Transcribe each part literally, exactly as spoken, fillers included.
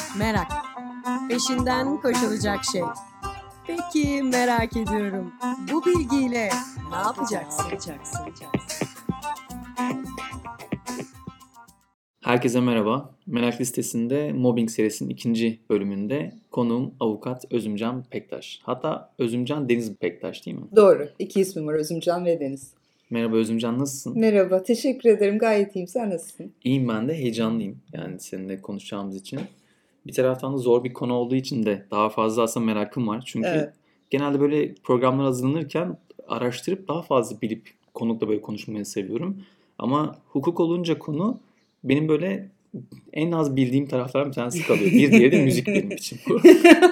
Merak. Peşinden koşulacak şey. Peki merak ediyorum. Bu bilgiyle ne yapacaksın? Ne yapacaksın? Herkese merhaba. Merak Listesi'nde Mobbing serisinin ikinci bölümünde konuğum avukat Özümcan Pektaş. Hatta Özümcan Deniz Pektaş değil mi? Doğru. İki ismim var, Özümcan ve Deniz. Merhaba Özümcan, nasılsın? Merhaba, teşekkür ederim. Gayet iyiyim. Sen nasılsın? İyiyim, ben de heyecanlıyım yani seninle konuşacağımız için. Bir taraftan da zor bir konu olduğu için de daha fazla aslında merakım var. Çünkü Evet. genelde böyle programlar hazırlanırken araştırıp daha fazla bilip konukla böyle konuşmayı seviyorum. Ama hukuk olunca konu benim böyle en az bildiğim taraflardan bir tanesi kalıyor. Bir diğeri de müzik benim için bu.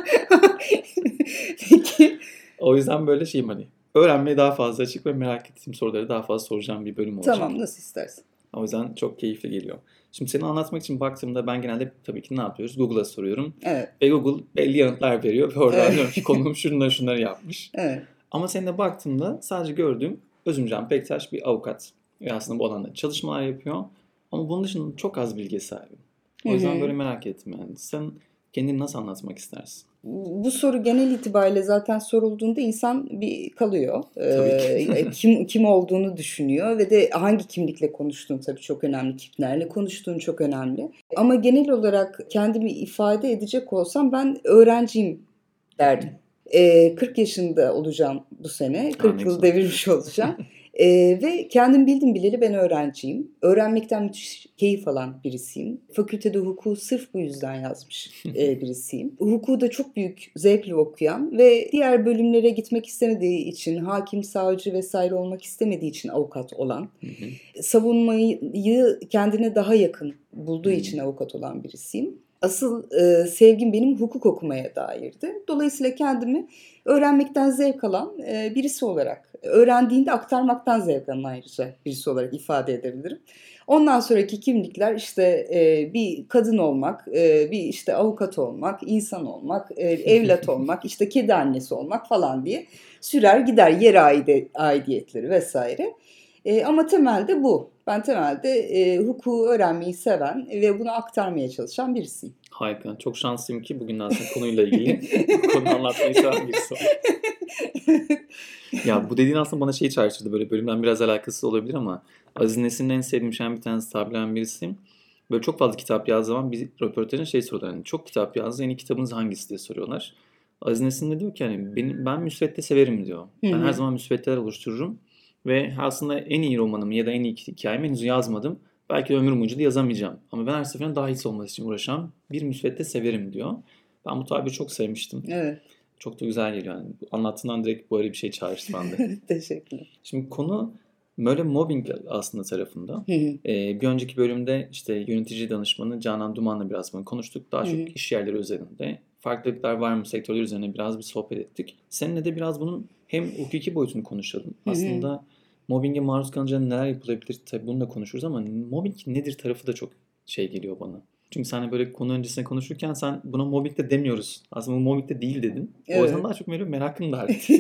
Peki. O yüzden böyle şeyim hani öğrenmeye daha fazla açık ve merak ettiğim soruları daha fazla soracağım bir bölüm olacak. Tamam, nasıl istersen. O yüzden çok keyifli geliyor. Şimdi seni anlatmak için baktığımda ben genelde tabii ki ne yapıyoruz? Google'a soruyorum. Evet. Ve Google belli yanıtlar veriyor. Ve oradan Evet. diyorum ki konuğum şunları şunları yapmış. Evet. Ama seninle baktığımda sadece gördüğüm Özümcan Pektaş bir avukat. Ve aslında bu alanda çalışmalar yapıyor. Ama bunun dışında çok az bilgiye sahibim. O yüzden Hı hı. böyle merak ettim yani. Sen kendini nasıl anlatmak istersin? Bu soru genel itibariyle zaten sorulduğunda insan bir kalıyor. Tabii Ee, kim kim olduğunu düşünüyor ve de hangi kimlikle konuştuğun tabii çok önemli. Kimlerle konuştuğun çok önemli. Ama genel olarak kendimi ifade edecek olsam ben öğrenciyim derdim. Ee, kırk yaşında olacağım bu sene. kırk yıl devirmiş olacağım. Ee, ve kendim bildim bileli ben öğrenciyim. Öğrenmekten müthiş keyif alan birisiyim. Fakültede hukuku sırf bu yüzden yazmış e, birisiyim. Hukuku da çok büyük zevkle okuyan ve diğer bölümlere gitmek istemediği için, hakim, savcı vesaire olmak istemediği için avukat olan, savunmayı kendine daha yakın bulduğu için avukat olan birisiyim. Asıl e, sevgim benim hukuk okumaya dairdi. Dolayısıyla kendimi öğrenmekten zevk alan e, birisi olarak, öğrendiğinde aktarmaktan zevk alan ayrıca birisi olarak ifade edebilirim. Ondan sonraki kimlikler işte e, bir kadın olmak, e, bir işte avukat olmak, insan olmak, e, evlat olmak, işte kedi annesi olmak falan diye sürer gider, yer aide, aidiyetleri vesaire. E, ama temelde bu. Ben temelde e, hukuku öğrenmeyi seven ve bunu aktarmaya çalışan birisiyim. Harika. Çok şanslıyım ki bugün aslında konuyla ilgili bu konuyu anlatmayı seven birisi var. Ya bu dediğin aslında bana şeyi çağrıştırdı. Böyle bölümden biraz alakasız olabilir ama Aziz Nesin'in en sevdiğim şeyden bir tanesi tabirlen birisi. Böyle çok fazla kitap yazdığı zaman bir röportajın şey soruyorlar. Yani çok kitap yazdı, en iyi kitabınız hangisi diye soruyorlar. Aziz Nesin de diyor ki hani benim, ben müsvedde severim diyor. Ben Hı hı. her zaman müsveddeler oluştururum. Ve aslında en iyi romanımı ya da en iyi hikayemi henüz yazmadım. Belki ömrüm boyunca da yazamayacağım. Ama ben her seferinde daha iyisi olması için uğraşan bir müsvedde severim diyor. Ben bu tabiri çok sevmiştim. Evet. Çok da güzel geliyor. Yani anlattığından direkt böyle bir şey çağrıştı bende. Teşekkürler. Şimdi konu böyle mobbing aslında tarafında. Hı hı. Ee, bir önceki bölümde işte yönetici danışmanı Canan Duman'la biraz bunu konuştuk. Daha Hı çok hı. iş yerleri üzerinde. Farklılıklar var mı sektörler üzerine biraz bir sohbet ettik. Seninle de biraz bunun hem hukuki boyutunu konuşalım. Hı hı. Aslında mobbinge maruz kalınca neler yapılabilir tabii bunu da konuşuruz ama mobbing nedir tarafı da çok şey geliyor bana. Çünkü sen böyle konu öncesinde konuşurken sen buna mobbing de demiyoruz. Aslında bu mobbing de değil dedin. Evet. O yüzden daha çok böyle merakım da arttı.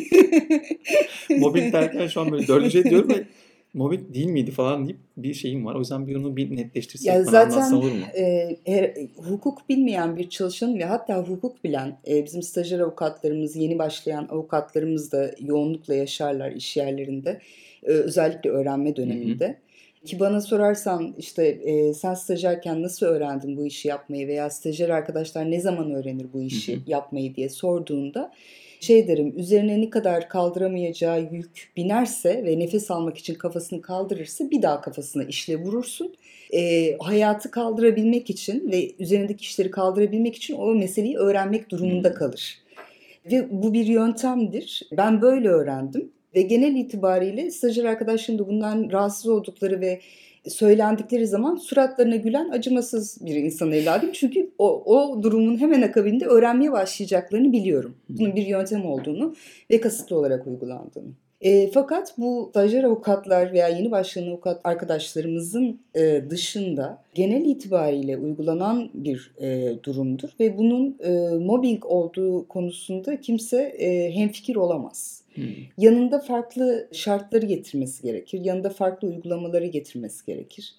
Mobbing derken şu an böyle dördüncü diyorum ve mobbing değil miydi falan deyip bir şeyim var. O yüzden bir onu bir netleştirsek Ya bana zaten anlatsan olur mu? e, her, hukuk bilmeyen bir çalışanın ve hatta hukuk bilen e, bizim stajyer avukatlarımız, yeni başlayan avukatlarımız da yoğunlukla yaşarlar iş yerlerinde. E, özellikle öğrenme döneminde. Hı hı. Ki bana sorarsan işte e, sen stajyerken nasıl öğrendin bu işi yapmayı veya stajyer arkadaşlar ne zaman öğrenir bu işi hı hı. yapmayı diye sorduğunda şey derim, üzerine ne kadar kaldıramayacağı yük binerse ve nefes almak için kafasını kaldırırsa bir daha kafasına işle vurursun. E, hayatı kaldırabilmek için ve üzerindeki işleri kaldırabilmek için o meseleyi öğrenmek durumunda kalır. Ve bu bir yöntemdir. Ben böyle öğrendim. Ve genel itibariyle stajyer arkadaşlarım da bundan rahatsız oldukları ve söylendikleri zaman suratlarına gülen acımasız bir insan evladım. Çünkü o, o durumun hemen akabinde öğrenmeye başlayacaklarını biliyorum. Bunun bir yöntem olduğunu ve kasıtlı olarak uygulandığını. E, fakat bu stajyer avukatlar veya yeni başlayan avukat arkadaşlarımızın e, dışında genel itibariyle uygulanan bir e, durumdur. Ve bunun e, mobbing olduğu konusunda kimse e, hemfikir olamaz. Hmm. Yanında farklı şartları getirmesi gerekir. Yanında farklı uygulamaları getirmesi gerekir.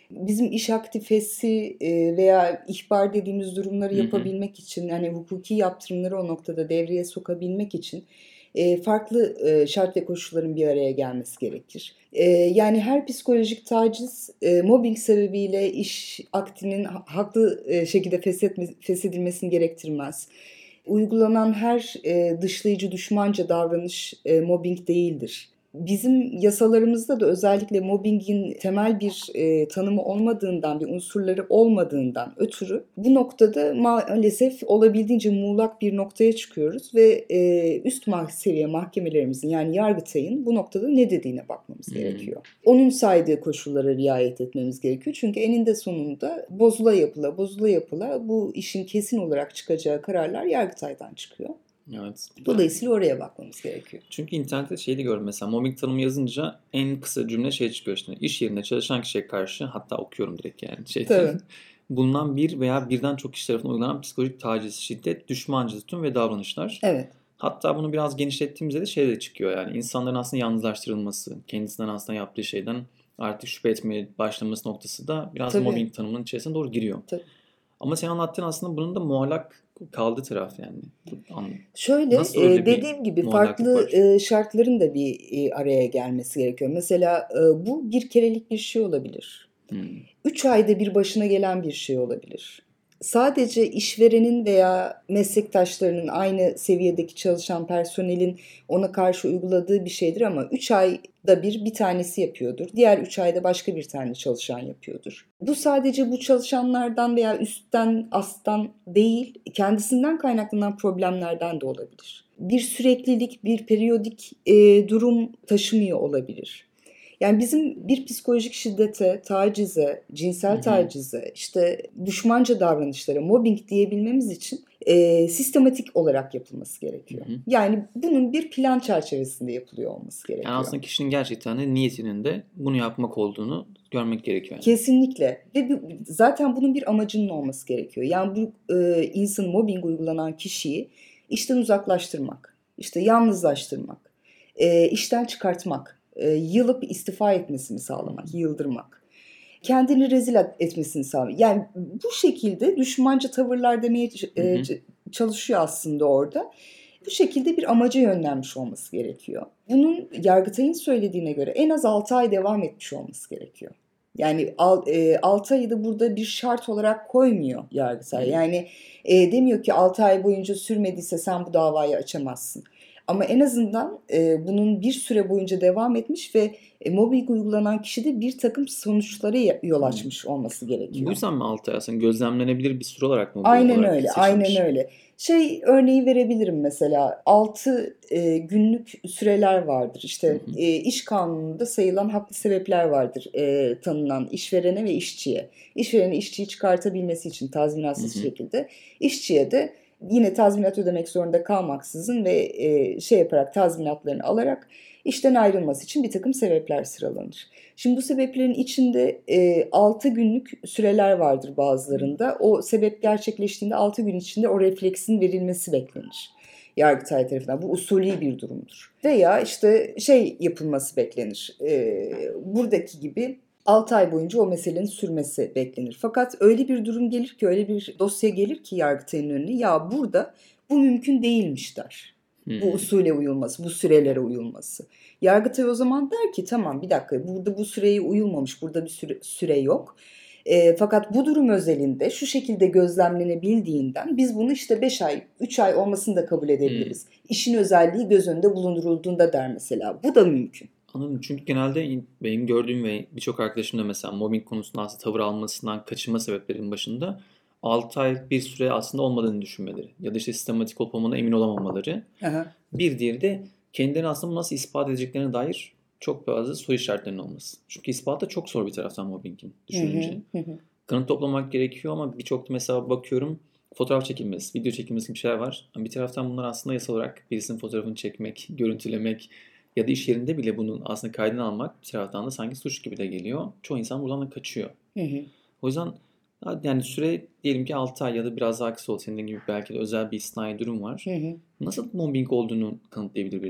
Bizim iş aktifesi e, veya ihbar dediğimiz durumları Hı hı. yapabilmek için, hani hukuki yaptırımları o noktada devreye sokabilmek için e, farklı e, şart ve koşulların bir araya gelmesi gerekir. E, yani her psikolojik taciz e, mobbing sebebiyle iş akdinin ha- haklı e, şekilde feshetme- feshedilmesini gerektirmez. Uygulanan her e, dışlayıcı, düşmanca davranış e, mobbing değildir. Bizim yasalarımızda da özellikle mobbingin temel bir e, tanımı olmadığından, bir unsurları olmadığından ötürü bu noktada maalesef olabildiğince muğlak bir noktaya çıkıyoruz ve e, üst mah- seviye mahkemelerimizin, yani Yargıtay'ın bu noktada ne dediğine bakmamız Hmm. gerekiyor. Onun saydığı koşullara riayet etmemiz gerekiyor. Çünkü eninde sonunda bozula yapıla, bozula yapıla bu işin kesin olarak çıkacağı kararlar Yargıtay'dan çıkıyor. Evet. Dolayısıyla oraya bakmamız gerekiyor. Çünkü internette şeyi de gördüm mesela, mobbing tanımı yazınca en kısa cümle şey çıkıyor işte. İş yerinde çalışan kişiye karşı, hatta okuyorum direkt yani. Şey, Tabii. bulunan bir veya birden çok kişi tarafından uygulanan psikolojik taciz, şiddet, düşmanca tutum ve davranışlar. Evet. Hatta bunu biraz genişlettiğimizde de şey de çıkıyor yani. İnsanların aslında yalnızlaştırılması, kendisinden aslında yaptığı şeyden artık şüphe etmeye başlaması noktası da biraz Tabii. mobbing tanımının içerisine doğru giriyor. Tabii. Ama sen anlattığın aslında bunun da muallak kaldığı taraf yani. An- Şöyle Nasıl öyle e, bir dediğim gibi muallaklık farklı var? e, şartların da bir e, araya gelmesi gerekiyor. Mesela e, bu bir kerelik bir şey olabilir. Hmm. Üç ayda bir başına gelen bir şey olabilir. Sadece işverenin veya meslektaşlarının, aynı seviyedeki çalışan personelin ona karşı uyguladığı bir şeydir ama üç ayda bir bir tanesi yapıyordur. Diğer üç ayda başka bir tane çalışan yapıyordur. Bu sadece bu çalışanlardan veya üstten, asttan değil, kendisinden kaynaklanan problemlerden de olabilir. Bir süreklilik, bir periyodik e, durum taşımıyor olabilir. Yani bizim bir psikolojik şiddete, tacize, cinsel Hı hı. tacize, işte düşmanca davranışlara, mobbing diyebilmemiz için e, sistematik olarak yapılması gerekiyor. Hı hı. Yani bunun bir plan çerçevesinde yapılıyor olması gerekiyor. Yani aslında kişinin gerçekten de niyetinin de bunu yapmak olduğunu görmek gerekiyor yani. Kesinlikle. Ve bu- zaten bunun bir amacının olması gerekiyor. Yani bu e, insan, mobbing uygulanan kişiyi işten uzaklaştırmak, işte yalnızlaştırmak, e, işten çıkartmak, e, yılıp istifa etmesini sağlamak, yıldırmak, kendini rezil etmesini sağlamak. Yani bu şekilde düşmanca tavırlar demeye e, Hı hı. ç- çalışıyor aslında orada. Bu şekilde bir amaca yönlenmiş olması gerekiyor. Bunun Yargıtay'ın söylediğine göre en az altı ay devam etmiş olması gerekiyor. Yani altı ayı da burada bir şart olarak koymuyor Yargıtay. Hı. Yani e, demiyor ki altı ay boyunca sürmediyse sen bu davayı açamazsın. Ama en azından e, bunun bir süre boyunca devam etmiş ve e, mobbing uygulanan kişide bir takım sonuçlara yol açmış olması Bu gerekiyor. yüzden mi altı ay aslında gözlemlenebilir bir süre olarak mı bu Aynen olarak öyle, seçilmiş? aynen öyle. Şey örneği verebilirim mesela. altı e, günlük süreler vardır. İşte Hı hı. e, iş kanununda sayılan haklı sebepler vardır e, tanınan işverene ve işçiye. İşverene işçiyi çıkartabilmesi için tazminatsız Hı hı. şekilde, işçiye de yine tazminat ödemek zorunda kalmaksızın ve e, şey yaparak tazminatlarını alarak işten ayrılması için bir takım sebepler sıralanır. Şimdi bu sebeplerin içinde e, altı günlük süreler vardır bazılarında. O sebep gerçekleştiğinde altı gün içinde o refleksin verilmesi beklenir Yargıtay tarafından. Bu usulî bir durumdur. Veya işte şey yapılması beklenir. E, buradaki gibi altı ay boyunca o meselenin sürmesi beklenir. Fakat öyle bir durum gelir ki, öyle bir dosya gelir ki Yargıtay'ın önüne, ya burada bu mümkün değilmiş der. Hmm. Bu usule uyulması, bu sürelere uyulması. Yargıtay o zaman der ki tamam, bir dakika, burada bu süreye uyulmamış, burada bir süre, süre yok. E, fakat bu durum özelinde şu şekilde gözlemlenebildiğinden biz bunu işte beş ay, üç ay olmasını da kabul edebiliriz. Hmm. İşin özelliği göz önünde bulundurulduğunda der mesela. Bu da mümkün. Anladım. Çünkü genelde benim gördüğüm ve birçok arkadaşım da mesela mobbing konusunda aslında tavır almasından kaçınma sebeplerinin başında altı ay bir süre aslında olmadığını düşünmeleri ya da işte sistematik olup olmadığına emin olamamaları. Aha. Bir diğeri de kendilerini aslında nasıl ispat edeceklerine dair çok fazla soru işaretlerinin olması. Çünkü ispat da çok zor bir taraftan mobbingin düşününce. Hı hı. Kanıt toplamak gerekiyor ama birçok da mesela bakıyorum fotoğraf çekilmesi, video çekilmesi bir şeyler var. Bir taraftan bunlar aslında yasal olarak birisinin fotoğrafını çekmek, görüntülemek ya da iş yerinde bile bunun aslında kaydını almak bir taraftan da sanki suç gibi de geliyor. Çoğu insan buradan da kaçıyor. Hı hı. O yüzden yani süre diyelim ki altı ay ya da biraz daha kısa olsun. Senin gibi belki de özel bir istisnai durum var. Hı hı. Nasıl mobbing olduğunu kanıtlayabilir birisi?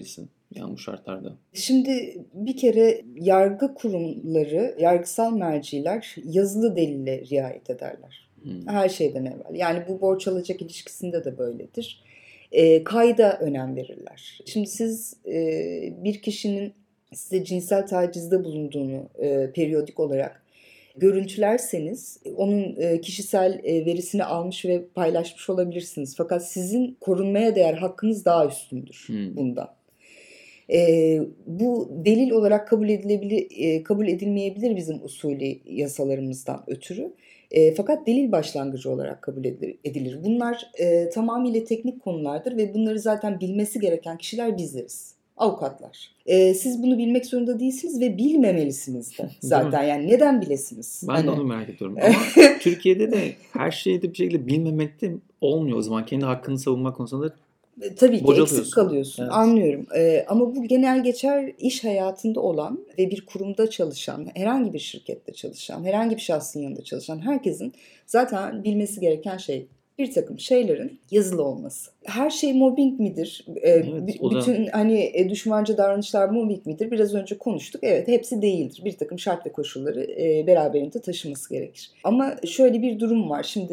Yani bu şartlarda. Şimdi bir kere yargı kurumları, yargısal merciler yazılı delille riayet ederler. Hmm. Her şeyden evvel. Yani bu borç alacak ilişkisinde de böyledir. E, kayda önem verirler. Şimdi siz e, bir kişinin size cinsel tacizde bulunduğunu e, periyodik olarak görüntülerseniz onun e, kişisel e, verisini almış ve paylaşmış olabilirsiniz. Fakat sizin korunmaya değer hakkınız daha üstündür Hmm. bundan. E, bu delil olarak kabul edilebilir, e, kabul edilmeyebilir bizim usulü yasalarımızdan ötürü. E, fakat delil başlangıcı olarak kabul edilir. edilir. Bunlar e, tamamıyla teknik konulardır ve bunları zaten bilmesi gereken kişiler bizleriz. Avukatlar. E, siz bunu bilmek zorunda değilsiniz ve bilmemelisiniz de zaten. Yani neden bilesiniz? Ben hani... de onu merak ediyorum. Ama Türkiye'de de her şeyi de bir şekilde bilmemek de olmuyor o zaman. Kendi hakkını savunma konusunda tabii ki eksik kalıyorsun. Evet. Anlıyorum. Ee, ama bu genel geçer iş hayatında olan ve bir kurumda çalışan, herhangi bir şirkette çalışan, herhangi bir şahsın yanında çalışan herkesin zaten bilmesi gereken şey bir takım şeylerin yazılı olması. Her şey mobbing midir? Ee, Evet, b- bütün da... hani e, düşmanca davranışlar mobbing midir? Biraz önce konuştuk. Evet, hepsi değildir. Bir takım şart ve koşulları e, beraberinde taşıması gerekir. Ama şöyle bir durum var. Şimdi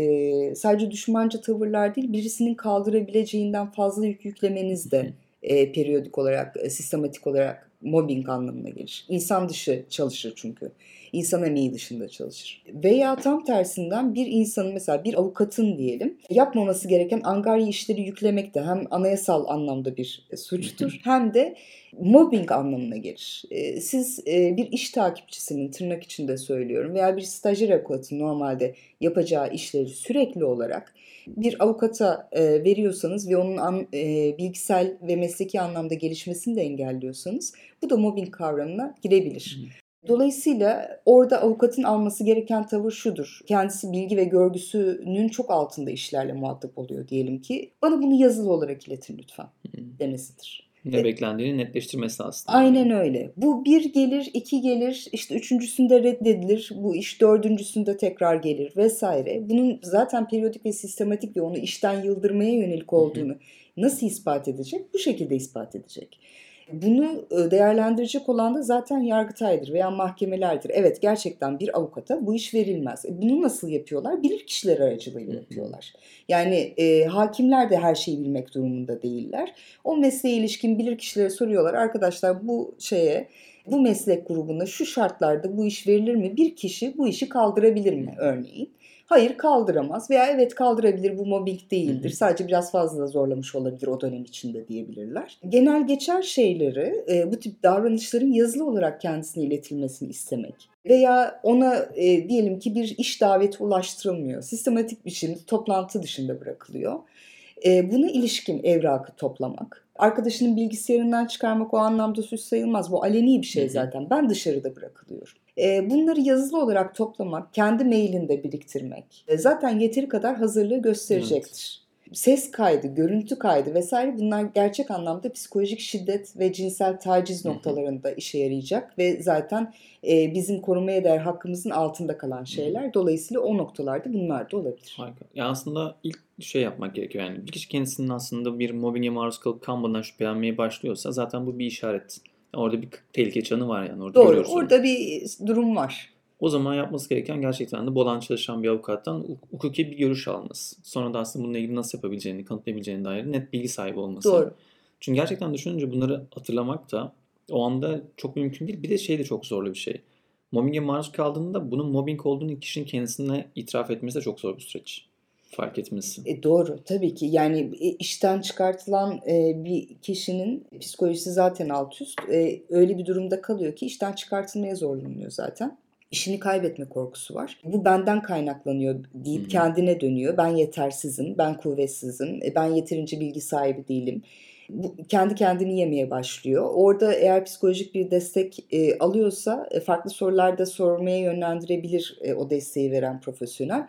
e, sadece düşmanca tavırlar değil, birisinin kaldırabileceğinden fazla yük yüklemeniz de e, periyodik olarak, e, sistematik olarak mobbing anlamına gelir. İnsan dışı çalışır çünkü. İnsan emeği dışında çalışır. Veya tam tersinden bir insanın, mesela bir avukatın diyelim, yapmaması gereken angarya işleri yüklemek de hem anayasal anlamda bir suçtur hem de mobbing anlamına gelir. Siz bir iş takipçisinin, tırnak içinde söylüyorum, veya bir stajyer avukatın normalde yapacağı işleri sürekli olarak bir avukata veriyorsanız ve onun bilgisel ve mesleki anlamda gelişmesini de engelliyorsanız bu da mobbing kavramına girebilir. Dolayısıyla orada avukatın alması gereken tavır şudur. Kendisi bilgi ve görgüsünün çok altında işlerle muhatap oluyor diyelim ki. Bana bunu yazılı olarak iletin lütfen demesidir. Ne beklendiğini netleştirmesi aslında. Aynen öyle. Bu bir gelir, iki gelir, işte üçüncüsünde reddedilir, bu iş dördüncüsünde tekrar gelir vesaire. Bunun zaten periyodik ve sistematik ve onu işten yıldırmaya yönelik olduğunu nasıl ispat edecek? Bu şekilde ispat edecek. Bunu değerlendirecek olan da zaten Yargıtay'dır veya mahkemelerdir. Evet, gerçekten bir avukata bu iş verilmez. Bunu nasıl yapıyorlar? Bilirkişiler aracılığıyla yapıyorlar. Yani e, hakimler de her şeyi bilmek durumunda değiller. O mesleğe ilişkin bilirkişilere soruyorlar. Arkadaşlar bu şeye, bu meslek grubuna şu şartlarda bu iş verilir mi? Bir kişi bu işi kaldırabilir mi örneğin? Hayır, kaldıramaz veya evet kaldırabilir, bu mobbing değildir. Hı hı. Sadece biraz fazla da zorlamış olabilir o dönem içinde diyebilirler. Genel geçer şeyleri, e, bu tip davranışların yazılı olarak kendisine iletilmesini istemek. Veya ona e, diyelim ki bir iş daveti ulaştırılmıyor. Sistematik biçimde toplantı dışında bırakılıyor. E, buna ilişkin evrakı toplamak. Arkadaşının bilgisayarından çıkarmak o anlamda suç sayılmaz. Bu aleni bir şey zaten. Ben dışarıda bırakılıyorum. Bunları yazılı olarak toplamak, kendi mailinde biriktirmek zaten yeteri kadar hazırlığı gösterecektir. Evet. Ses kaydı, görüntü kaydı vesaire, bunlar gerçek anlamda psikolojik şiddet ve cinsel taciz noktalarında işe yarayacak ve zaten bizim korumaya değer hakkımızın altında kalan şeyler. Dolayısıyla o noktalarda bunlar da olabilir. Harika. Ya aslında ilk şey yapmak gerekiyor. Yani bir kişi kendisinin aslında bir mobbinge maruz kalıp kalmadan şüphelenmeye başlıyorsa zaten bu bir işaret. Orada bir tehlike çanı var yani. Orada Doğru, orada onu. bir durum var. O zaman yapması gereken gerçekten de Bolan çalışan bir avukattan hukuki bir görüş alması. Sonra da aslında bununla ilgili nasıl yapabileceğini, kanıtlayabileceğine dair net bilgi sahibi olması. Doğru. Çünkü gerçekten düşününce bunları hatırlamak da o anda çok mümkün değil. Bir de şey de çok zorlu bir şey. Mobbinge maruz kaldığında bunun mobbing olduğunu kişinin kendisine itiraf etmesi de çok zor bir süreç. Fark etmesi. E doğru, tabii ki. Yani işten çıkartılan e, bir kişinin psikolojisi zaten alt üst. E, öyle bir durumda kalıyor ki işten çıkartılmaya zorlanıyor zaten. İşini kaybetme korkusu var. Bu benden kaynaklanıyor deyip hmm. kendine dönüyor. Ben yetersizim, ben kuvvetsizim, ben yeterince bilgi sahibi değilim. Bu, kendi kendini yemeye başlıyor. Orada eğer psikolojik bir destek e, alıyorsa e, farklı sorular da sormaya yönlendirebilir e, o desteği veren profesyonel.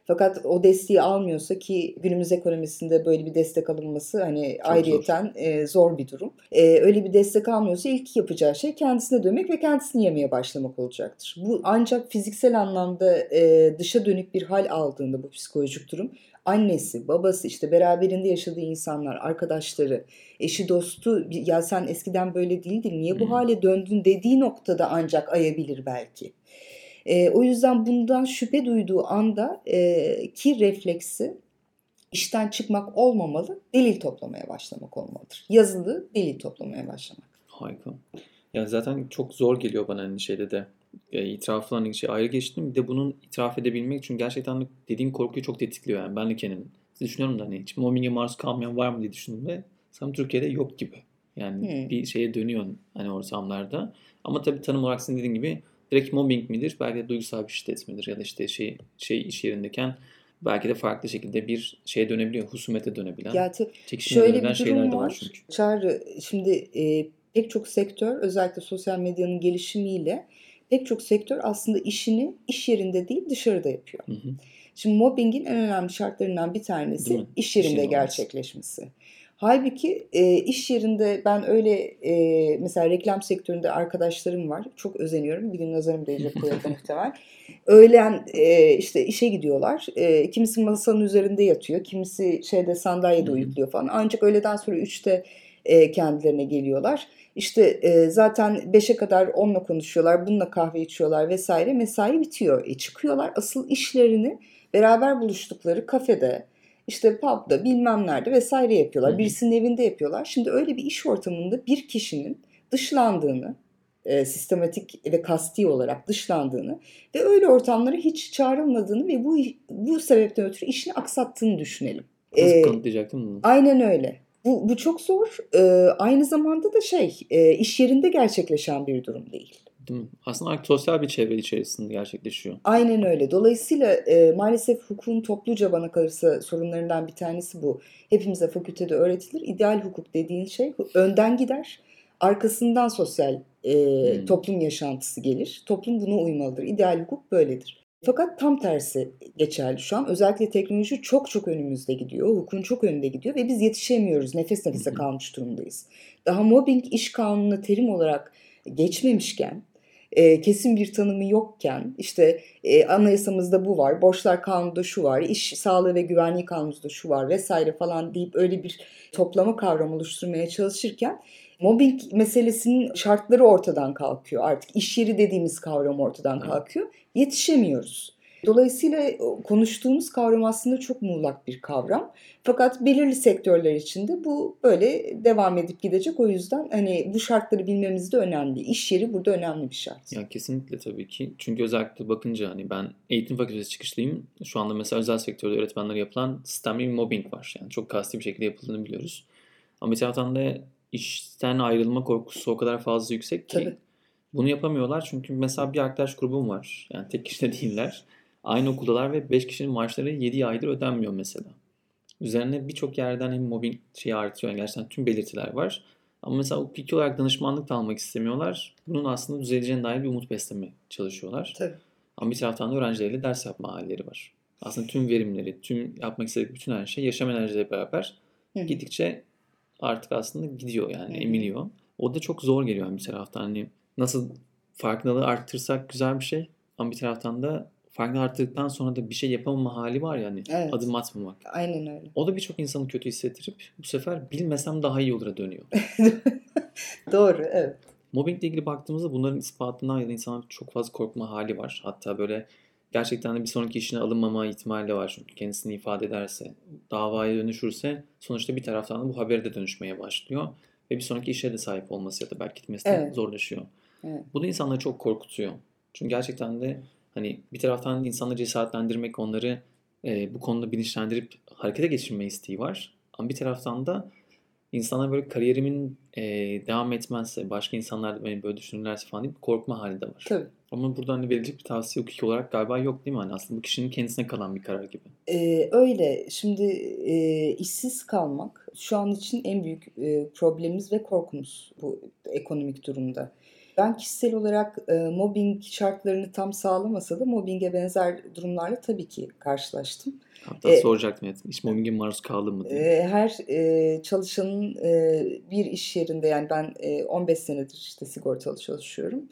Fakat o desteği almıyorsa, ki günümüz ekonomisinde böyle bir destek alınması hani Çok ayrıyeten e, zor bir durum. E, öyle bir destek almıyorsa ilk yapacağı şey kendisine dönmek ve kendisini yemeye başlamak olacaktır. Bu ancak fiziksel anlamda e, dışa dönük bir hal aldığında bu psikolojik durum, annesi, babası, işte beraberinde yaşadığı insanlar, arkadaşları, eşi, dostu, ya sen eskiden böyle değildin, niye bu Hmm. hale döndün dediği noktada ancak ayabilir belki. E, o yüzden bundan şüphe duyduğu anda e, ki refleksi işten çıkmak olmamalı, delil toplamaya başlamak olmalıdır. Yazılı delil toplamaya başlamak. Harika. Ya zaten çok zor geliyor bana hani şeyde de. E, itirafla hani şey ayrı geçtim. Bir de bunun itiraf edebilmek için gerçekten de dediğin korkuyu çok tetikliyor yani. Ben de kendim düşünüyorum da hani hiç mobbinge maruz kalmayan var mı diye düşündüm ve sanırım Türkiye'de yok gibi. Yani Hmm. bir şeye dönüyor hani ortamlarda. Ama tabii tanım olarak senin dediğin gibi direkt mobbing midir? Belki de duygusal bir şiddet midir? Ya da işte şey, şey iş yerindeyken belki de farklı şekilde bir şeye dönebiliyor. Husumete dönebilen, Ya te- çekişmeye şöyle dönebilen bir şeyler durum de var var. çünkü. Çağrı, şimdi e, pek çok sektör, özellikle sosyal medyanın gelişimiyle pek çok sektör aslında işini iş yerinde değil dışarıda yapıyor. Hı hı. Şimdi mobbingin en önemli şartlarından bir Değil tanesi mi? iş İş yerinde yerinde olması. gerçekleşmesi. Halbuki e, iş yerinde ben öyle e, mesela reklam sektöründe arkadaşlarım var. Çok özeniyorum. Bir gün nazarım değecek bu yolda muhtemel. Öğlen e, işte işe gidiyorlar. E, kimisi masanın üzerinde yatıyor. Kimisi şeyde sandalyede Hı hı. uyukluyor falan. Ancak öğleden sonra üçte e, kendilerine geliyorlar. İşte e, zaten beşe kadar onunla konuşuyorlar. Bununla kahve içiyorlar vesaire. Mesai bitiyor. E, çıkıyorlar. Asıl işlerini beraber buluştukları kafede, işte pub'da, bilmem nerede vesaire yapıyorlar. Hı hı. Birisinin evinde yapıyorlar. Şimdi öyle bir iş ortamında bir kişinin dışlandığını, e, sistematik ve kasti olarak dışlandığını ve öyle ortamlara hiç çağrılmadığını ve bu bu sebepten ötürü işini aksattığını düşünelim. Nasıl E, kanıtlayacaktım bunu? aynen öyle. Bu, bu çok zor. E, aynı zamanda da şey, e, iş yerinde gerçekleşen bir durum değil. Değil mi? Aslında artık sosyal bir çevre içerisinde gerçekleşiyor. Aynen öyle. Dolayısıyla e, maalesef hukukun topluca bana kalırsa sorunlarından bir tanesi bu. Hepimize fakültede öğretilir. İdeal hukuk dediğin şey önden gider. Arkasından sosyal e, Hmm. toplum yaşantısı gelir. Toplum buna uymalıdır. İdeal hukuk böyledir. Fakat tam tersi geçerli şu an. Özellikle teknoloji çok çok önümüzde gidiyor. Hukukun çok önünde gidiyor ve biz yetişemiyoruz. Nefes nefese Hı hı. kalmış durumdayız. Daha mobbing iş kanununa terim olarak geçmemişken, e, kesin bir tanımı yokken, işte e, anayasamızda bu var, borçlar kanununda şu var, iş sağlığı ve güvenliği kanununda şu var vesaire falan deyip öyle bir toplama kavramı oluşturmaya çalışırken mobbing meselesinin şartları ortadan kalkıyor. Artık iş yeri dediğimiz kavram ortadan Evet. kalkıyor. Yetişemiyoruz. Dolayısıyla konuştuğumuz kavram aslında çok muğlak bir kavram. Fakat belirli sektörler içinde bu böyle devam edip gidecek. O yüzden hani bu şartları bilmemiz de önemli. İş yeri burada önemli bir şart. Ya kesinlikle tabii ki. Çünkü özellikle bakınca hani ben eğitim fakültesi çıkışlıyım. Şu anda mesela özel sektörde öğretmenlere yapılan sistemli bir mobbing var. Yani çok kasti bir şekilde yapıldığını biliyoruz. Ama bir taraftan da işten ayrılma korkusu o kadar fazla yüksek ki Tabii. bunu yapamıyorlar. Çünkü mesela bir arkadaş grubum var. Yani tek kişi de değiller. Aynı okuldalar ve beş kişinin maaşları yedi aydır ödenmiyor mesela. Üzerine birçok yerden hem mobbing şeyi artıyor. Yani gerçekten tüm belirtiler var. Ama mesela hukuki olarak danışmanlık da almak istemiyorlar. Bunun aslında düzeleceğine dair bir umut beslemeye çalışıyorlar. Tabii. Ama bir taraftan da öğrencileriyle ders yapma halleri var. Aslında tüm verimleri, tüm yapmak istedikleri bütün her şey yaşam enerjileriyle beraber Hı hı. gittikçe artık aslında gidiyor yani Hı hı. emiliyor. O da çok zor geliyor yani bir taraftan. Hani nasıl farkındalığı arttırsak güzel bir şey ama bir taraftan da farkındalığı arttırdıktan sonra da bir şey yapamama hali var yani Evet. adım atmamak. Aynen öyle. O da birçok insanı kötü hissettirip bu sefer bilmesem daha iyi olur'a dönüyor. Doğru, evet. Mobbingle ilgili baktığımızda bunların ispatından ya da insanların çok fazla korkma hali var. Hatta böyle gerçekten de bir sonraki işine alınmama ihtimali de var. Çünkü kendisini ifade ederse, davaya dönüşürse sonuçta bir taraftan da bu habere de dönüşmeye başlıyor. Ve bir sonraki işe de sahip olması ya da belki gitmesi de Evet. zorlaşıyor. Evet. Bu da insanları çok korkutuyor. Çünkü gerçekten de hani bir taraftan insanları cesaretlendirmek, onları e, bu konuda bilinçlendirip harekete geçirme isteği var. Ama bir taraftan da insanlar böyle kariyerimin e, devam etmezse, başka insanlar da beni böyle düşünürlerse falan diye bir korkma hali de var. Tabii. Ama burada hani verilecek bir tavsiye hukuki olarak galiba yok değil mi? Hani aslında bu kişinin kendisine kalan bir karar gibi. Ee, öyle. Şimdi e, işsiz kalmak şu an için en büyük e, problemimiz ve korkumuz bu ekonomik durumda. Ben kişisel olarak e, mobbing şartlarını tam sağlamasa da mobbinge benzer durumlarla tabii ki karşılaştım. Hatta E, soracaktım, evet, hiç mobbinge maruz kaldın mı diye. e, her e, çalışanın e, bir iş yerinde, yani ben e, on beş senedir işte sigortalı çalışıyorum.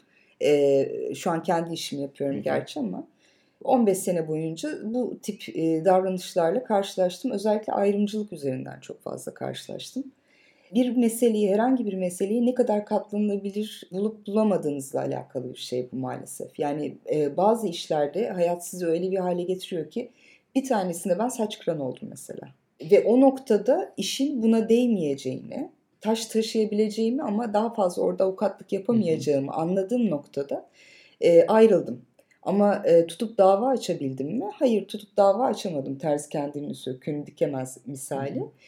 E, şu an kendi işimi yapıyorum Hı hı. gerçi ama on beş sene boyunca bu tip e, davranışlarla karşılaştım. Özellikle ayrımcılık üzerinden çok fazla karşılaştım. Bir meseleyi, herhangi bir meseleyi ne kadar katlanılabilir bulup bulamadığınızla alakalı bir şey bu maalesef. Yani e, bazı işlerde hayat sizi öyle bir hale getiriyor ki, bir tanesinde ben saç kıran oldum mesela. Ve o noktada işin buna değmeyeceğini, taş taşıyabileceğimi ama daha fazla orada avukatlık yapamayacağımı anladığım noktada e, ayrıldım. Ama e, tutup dava açabildim mi? Hayır, tutup dava açamadım. Ters kendini sökün dikemez misali. Hı hı.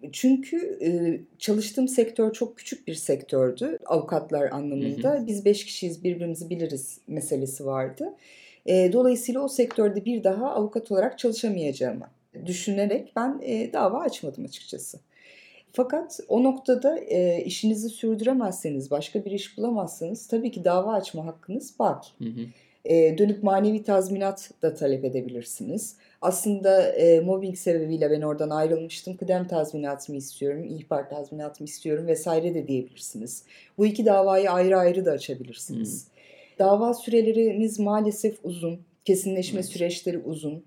Çünkü e, çalıştığım sektör çok küçük bir sektördü avukatlar anlamında. Hı hı. Biz beş kişiyiz, birbirimizi biliriz meselesi vardı. E, dolayısıyla o sektörde bir daha avukat olarak çalışamayacağımı düşünerek ben e, dava açmadım açıkçası. Fakat o noktada e, işinizi sürdüremezseniz, başka bir iş bulamazsanız tabii ki dava açma hakkınız baki. Hı hı. E, dönüp manevi tazminat da talep edebilirsiniz. Aslında e, mobbing sebebiyle ben oradan ayrılmıştım. Kıdem tazminatımı istiyorum, ihbar tazminatımı istiyorum vesaire de diyebilirsiniz. Bu iki davayı ayrı ayrı da açabilirsiniz. Dava sürelerimiz maalesef uzun, kesinleşme Evet. süreçleri uzun.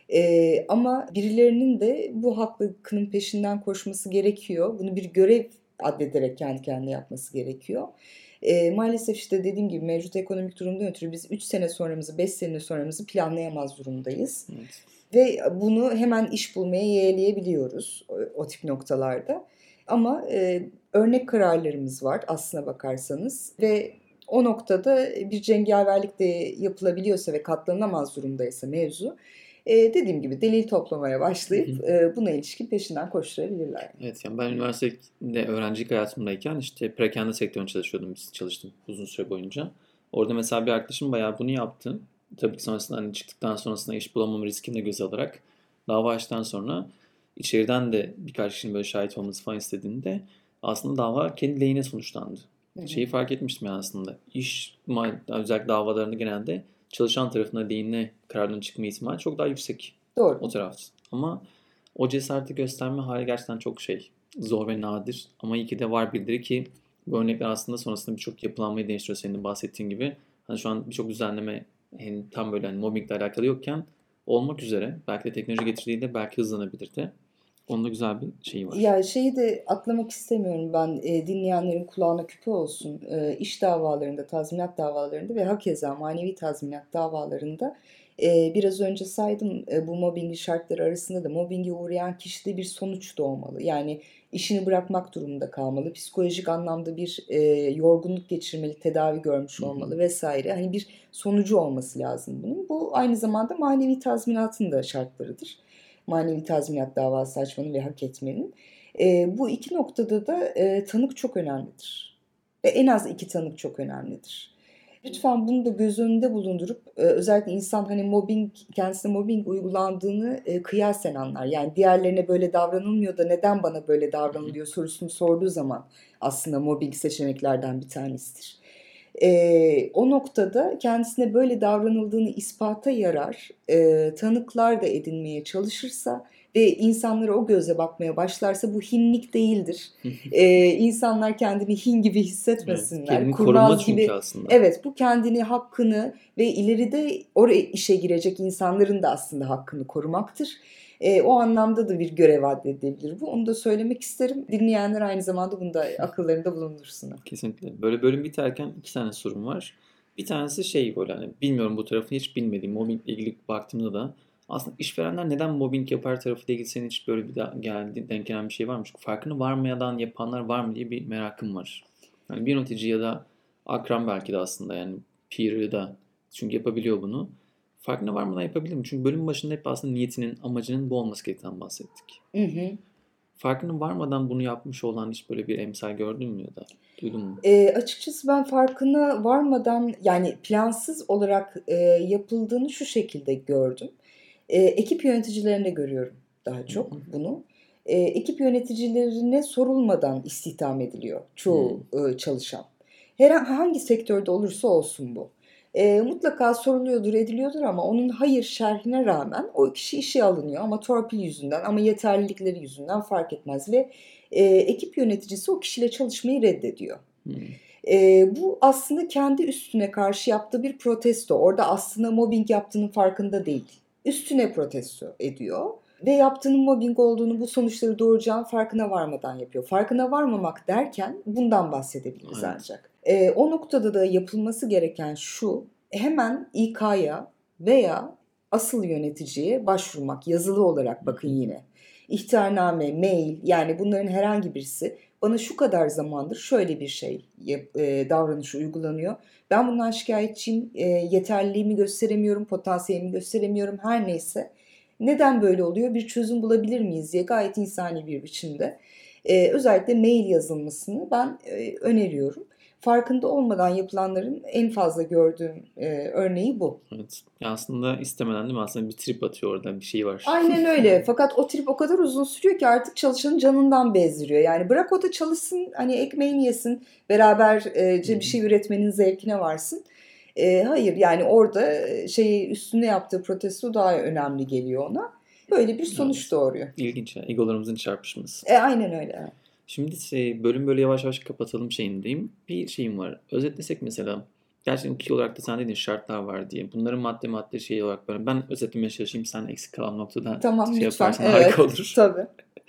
E, ama birilerinin de bu haklılığın peşinden koşması gerekiyor. Bunu bir görev addederek kendi kendine yapması gerekiyor. E, maalesef işte dediğim gibi mevcut ekonomik durumdan ötürü biz üç sene sonramızı, beş sene sonramızı planlayamaz durumdayız. Evet. Ve bunu hemen iş bulmaya yeğleyebiliyoruz o, o tip noktalarda. Ama e, örnek kararlarımız var aslına bakarsanız ve o noktada bir cengaverlik de yapılabiliyorsa ve katlanamaz durumdaysa mevzu, e, dediğim gibi delil toplamaya başlayıp e, buna ilişkin peşinden koşturabilirler. Evet, yani ben üniversitede öğrencilik hayatımdayken işte perakende sektöründe çalışıyordum. Biz çalıştım uzun süre boyunca. Orada mesela bir arkadaşım bayağı bunu yaptı. Tabii ki sonrasında hani çıktıktan sonrasında iş bulamama riskini de göze alarak dava açtıktan sonra içeriden de birkaç kişinin böyle şahit olması falan istediğinde aslında dava kendi lehine sonuçlandı. Hı hı. Şeyi fark etmiştim yani aslında. İş özellikle davalarında genelde çalışan tarafına lehine kararların çıkma ihtimali çok daha yüksek Doğru. o tarafta. Ama o cesareti gösterme hali gerçekten çok şey zor ve nadir. Ama iyi ki de var bildiri ki bu örnekler aslında sonrasında birçok yapılanmayı değiştiriyor senin de bahsettiğin gibi. Hani şu an birçok düzenleme hani tam böyle hani mobbingle alakalı yokken olmak üzere. Belki de teknoloji getirdiğinde belki hızlanabilir de. Onun da güzel bir şeyi var. Ya şeyi de atlamak istemiyorum ben, e, dinleyenlerin kulağına küpe olsun. E, iş davalarında, tazminat davalarında ve hakeza manevi tazminat davalarında e, biraz önce saydım, e, bu mobbingi şartları arasında da mobbinge uğrayan kişide bir sonuç doğmalı. Yani işini bırakmak durumunda kalmalı, psikolojik anlamda bir e, yorgunluk geçirmeli, tedavi görmüş Hı hı. olmalı vesaire. Hani bir sonucu olması lazım bunun. Bu aynı zamanda manevi tazminatın da şartlarıdır. Manevi tazminat davası açmanın ve hak etmenin. E, bu iki noktada da e, tanık çok önemlidir. Ve en az iki tanık çok önemlidir. Lütfen bunu da göz önünde bulundurup e, özellikle insan hani mobbing, kendisine mobbing uygulandığını e, kıyasen anlar. Yani diğerlerine böyle davranılmıyor da neden bana böyle davranılıyor sorusunu sorduğu zaman aslında mobbing seçeneklerden bir tanesidir. E, o noktada kendisine böyle davranıldığını ispata yarar, e, tanıklar da edinmeye çalışırsa ve insanlara o gözle bakmaya başlarsa bu hinlik değildir. e, insanlar kendini hin gibi Evet, hissetmesinler, kendini koruma kurnaz çünkü gibi. aslında. Evet, bu kendini, hakkını ve ileride oraya işe girecek insanların da aslında hakkını korumaktır. E, o anlamda da bir görev addedilebilir bu. Onu da söylemek isterim. Dinleyenler aynı zamanda bunu da akıllarında bulundursunlar. Kesinlikle. Böyle bölüm biterken iki tane sorum var. Bir tanesi şey böyle hani bilmiyorum bu tarafını hiç bilmediğim mobbingle ilgili baktığımda da aslında işverenler neden mobbing yapar tarafıyla ilgili senin hiç böyle bir daha geldi, denk gelen bir şey var mı? Çünkü farkını varmayan yapanlar var mı diye bir merakım var. Yani bir yönetici ya da akran belki de aslında yani peer'ı da çünkü yapabiliyor bunu. Farkına varmadan yapabilir mi? Çünkü bölüm başında hep aslında niyetinin, amacının bu olması gerektiğinden bahsettik. Hı hı. Farkına varmadan bunu yapmış olan hiç böyle bir emsal gördün mü ya da duydun mu? E, açıkçası ben farkına varmadan, yani plansız olarak e, yapıldığını şu şekilde gördüm. E, ekip yöneticilerinde görüyorum daha çok bunu. E, ekip yöneticilerine sorulmadan istihdam ediliyor çoğu e, çalışan. Her hangi sektörde olursa olsun bu. E, mutlaka soruluyordur, ediliyordur ama onun hayır şerhine rağmen o kişi işe alınıyor ama torpil yüzünden, ama yeterlilikleri yüzünden fark etmez ve e, ekip yöneticisi o kişiyle çalışmayı reddediyor. Hmm. E, bu aslında kendi üstüne karşı yaptığı bir protesto. Orada aslında mobbing yaptığının farkında değil. Üstüne protesto ediyor ve yaptığının mobbing olduğunu, bu sonuçları doğuracağının farkına varmadan yapıyor. Farkına varmamak derken bundan bahsedebiliriz Evet. ancak. E, o noktada da yapılması gereken şu: hemen İK'ya veya asıl yöneticiye başvurmak, yazılı olarak bakın yine. İhtarname, mail, yani bunların herhangi birisi bana şu kadar zamandır şöyle bir şey e, davranışı uygulanıyor. Ben bundan şikayetçiyim, e, yeterliliğimi gösteremiyorum, potansiyelimi gösteremiyorum, her neyse. Neden böyle oluyor? Bir çözüm bulabilir miyiz diye gayet insani bir biçimde e, özellikle mail yazılmasını ben e, öneriyorum. Farkında olmadan yapılanların en fazla gördüğüm e, örneği bu. Evet. Ya aslında istemeden değil mi? Aslında bir trip atıyor orada, bir şey var. Aynen öyle. Fakat o trip o kadar uzun sürüyor ki artık çalışanın canından bezdiriyor. Yani bırak o da çalışsın, hani ekmeğini yesin, beraberce bir şey üretmenin zevkine varsın. E, hayır, yani orada şeyi üstünde yaptığı protesto daha önemli geliyor ona. Böyle bir sonuç Evet. doğuruyor. İlginç ya. Egolarımızın çarpışması. E, aynen öyle. Şimdi şey, bölüm böyle yavaş yavaş kapatalım şeyindeyim. Bir şeyim var. Özetlesek mesela. Gerçekten iki olarak da sen dedin şartlar var diye. Bunların madde madde şey olarak böyle. Ben özetlemeye çalışayım. Sen eksik kalan noktadan Tamam, şey lütfen. yaparsan Evet, harika olur. tabii.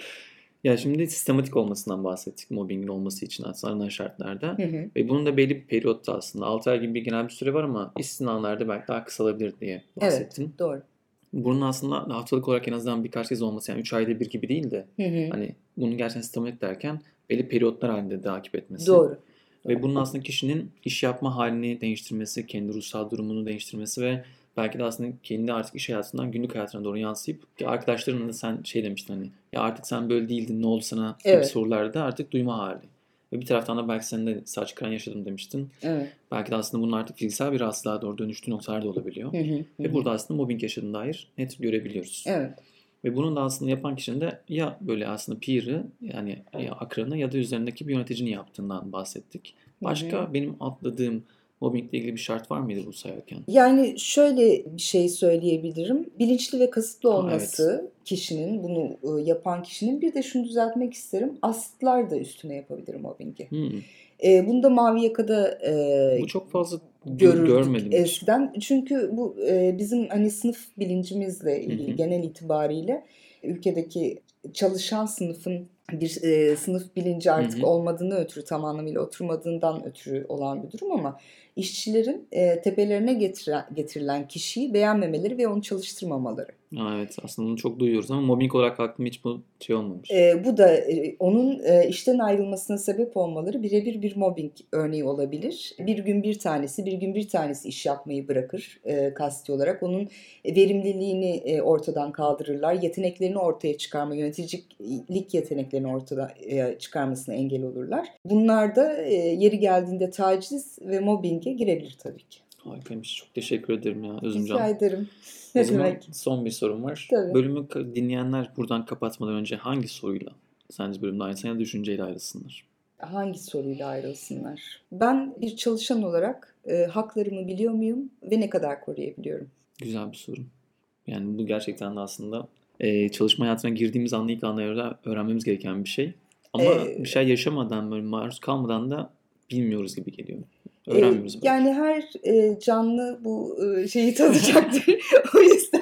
Ya şimdi sistematik olmasından bahsettik. Mobbingin olması için aslında şartlarda. Hı hı. Ve bunun da belli bir periyotta aslında. altı ay gibi bir genel bir süre var ama istisnalarda belki daha kısalabilir diye bahsettin. Evet, doğru. Bunun aslında haftalık olarak en azından birkaç kez olması, yani üç ayda bir gibi değil de Hı hı. hani bunu gerçekten sistematik derken belli periyotlar halinde takip etmesi. Doğru. Ve bunun aslında kişinin iş yapma halini değiştirmesi, kendi ruhsal durumunu değiştirmesi ve belki de aslında kendi artık iş hayatından günlük hayatına doğru yansıyıp ki arkadaşlarınla da sen şey demiştin hani ya artık sen böyle değildin, ne oldu sana gibi Evet. sorularda artık duyma hali. Ve bir taraftan da belki senin de saç kıran yaşadım demiştin. Evet. Belki de aslında bunun artık fiziksel bir rahatsızlığa doğru dönüştüğü noktalar da olabiliyor. Hı hı, hı Ve hı. burada aslında mobbing yaşadığına dair net görebiliyoruz. Evet. Ve bunun da aslında yapan kişinin de ya böyle aslında peer'ı, yani ya akranı ya da üzerindeki bir yöneticinin yaptığından bahsettik. Başka Hı hı. benim atladığım mobbingle ilgili bir şart var mıydı bu sayarken? Yani şöyle bir şey söyleyebilirim. Bilinçli ve kasıtlı Ha, olması kişinin, bunu e, yapan kişinin. Bir de şunu düzeltmek isterim. Astlar da üstüne yapabilir mobbingi. Hmm. E, bunu da Mavi Yaka'da e, Bu çok fazla gö- görürdük görmedim hiç. eskiden. Çünkü bu e, bizim hani sınıf bilincimizle ilgili Hı hı. genel itibariyle ülkedeki çalışan sınıfın bir e, sınıf bilinci artık Hı hı. olmadığını ötürü, tam anlamıyla oturmadığından ötürü olan bir durum, ama işçilerin e, tepelerine getirilen, getirilen kişiyi beğenmemeleri ve onu çalıştırmamaları. Ha, evet, aslında bunu çok duyuyoruz ama mobbing olarak aklıma hiç bu şey olmamış. E, bu da e, onun e, işten ayrılmasına sebep olmaları birebir bir mobbing örneği olabilir. Bir gün bir tanesi, bir gün bir tanesi iş yapmayı bırakır e, kasti olarak. Onun verimliliğini e, ortadan kaldırırlar. Yeteneklerini ortaya çıkarma, yöneticilik yeteneklerini ortada e, çıkarmasına engel olurlar. Bunlar da e, yeri geldiğinde taciz ve mobbinge girebilir tabii ki. Harikaymış. Çok teşekkür ederim ya Özümcan. Rica ederim. O Ne zaman demek? son bir sorum var. Tabii. Bölümü ka- dinleyenler buradan kapatmadan önce hangi soruyla sence bölümde ayrılsın ya da düşünceyle ayrılsınlar? Hangi soruyla ayrılsınlar? Ben bir çalışan olarak e, haklarımı biliyor muyum ve ne kadar koruyabiliyorum? Güzel bir soru. Yani bu gerçekten de aslında e, çalışma hayatına girdiğimiz anda ilk anlarda öğrenmemiz gereken bir şey. Ama Ee, bir şey yaşamadan, böyle maruz kalmadan da bilmiyoruz gibi geliyor. e, Öğrenmiyoruz belki. yani her e, canlı bu e, şeyi tadacaktır. O yüzden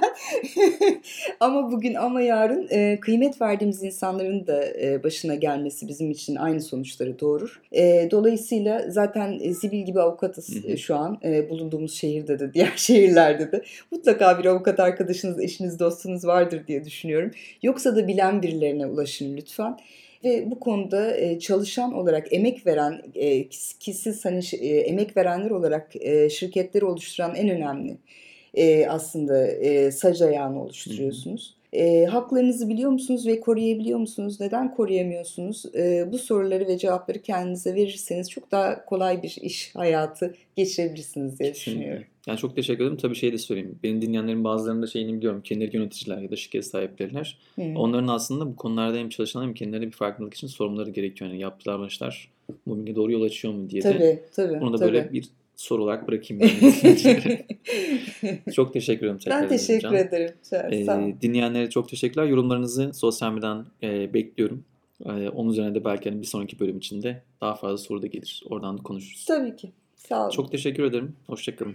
ama bugün ama yarın e, kıymet verdiğimiz insanların da e, başına gelmesi bizim için aynı sonuçları doğurur. E, dolayısıyla zaten e, Zibil gibi avukatız Hı hı. e, şu an e, bulunduğumuz şehirde de diğer şehirlerde de. Mutlaka bir avukat arkadaşınız, eşiniz, dostunuz vardır diye düşünüyorum. Yoksa da bilen birilerine ulaşın lütfen. Ve bu konuda e, çalışan olarak emek veren, e, ki siz hani e, emek verenler olarak e, şirketleri oluşturan en önemli e, aslında e, sac ayağını oluşturuyorsunuz. E, haklarınızı biliyor musunuz ve koruyabiliyor musunuz? Neden koruyamıyorsunuz? E, bu soruları ve cevapları kendinize verirseniz çok daha kolay bir iş hayatı geçirebilirsiniz diye Kesinlikle. düşünüyorum. Yani çok teşekkür ederim. Tabii şey de söyleyeyim. Benim dinleyenlerin bazılarının da şeyini biliyorum. Kendileri yöneticiler ya da şirket sahipleriler. Hı. Onların aslında bu konularda hem çalışan hem kendileri bir farkındalık için sorumluları gerekiyor. Yani yaptığı davranışlar bu bilgi doğru yol açıyor mu diye de Tabii, tabii. bunu da tabii. böyle bir soru olarak bırakayım ben dinleyicilere. Çok teşekkür ederim tekrar Ben teşekkür Can. ederim. Sağ Ee, ol. dinleyenlere çok teşekkürler. Yorumlarınızı sosyal medyadan e, bekliyorum. Ee, onun üzerine de belki hani bir sonraki bölüm içinde daha fazla soru da gelir. Oradan da konuşuruz. Tabii ki. Sağ olun. Çok teşekkür ederim. Hoşçakalın.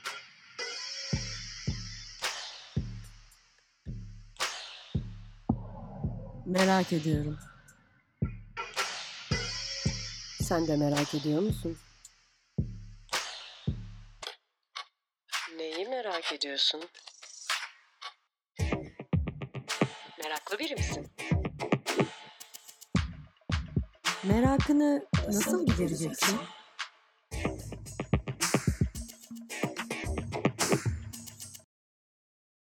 Merak ediyorum. Sen de merak ediyor musun? Neyi merak ediyorsun? Meraklı biri misin? Merakını nasıl gidereceksin?